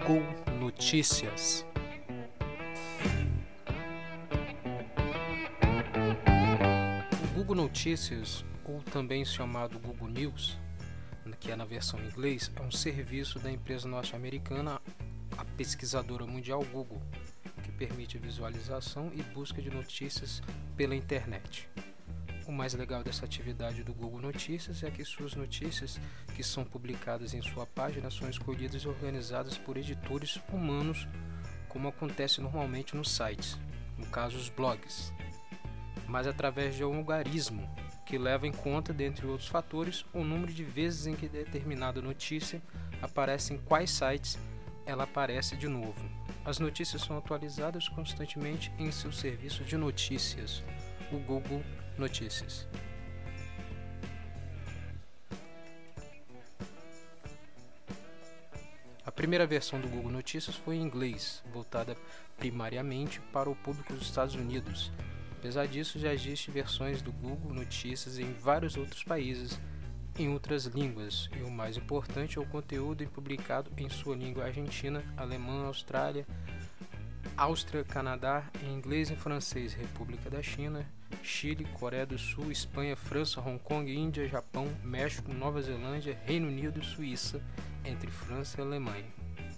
Google Notícias. O Google Notícias, ou também chamado Google News, que é na versão em inglês, é um serviço da empresa norte-americana, a pesquisadora mundial Google, que permite visualização e busca de notícias pela internet. O mais legal dessa atividade do Google Notícias é que suas notícias, que são publicadas em sua página, são escolhidas e organizadas por editores humanos, como acontece normalmente nos sites, no caso os blogs, mas através de um algoritmo que leva em conta, dentre outros fatores, o número de vezes em que determinada notícia aparece em quais sites ela aparece de novo. As notícias são atualizadas constantemente em seu serviço de notícias, o Google Notícias. A primeira versão do Google Notícias foi em inglês, voltada primariamente para o público dos Estados Unidos. Apesar disso, já existem versões do Google Notícias em vários outros países, em outras línguas, e o mais importante é o conteúdo publicado em sua língua argentina, alemã, Áustria, Canadá, em inglês e francês, República da China, Chile, Coreia do Sul, Espanha, França, Hong Kong, Índia, Japão, México, Nova Zelândia, Reino Unido e Suíça, entre França e Alemanha.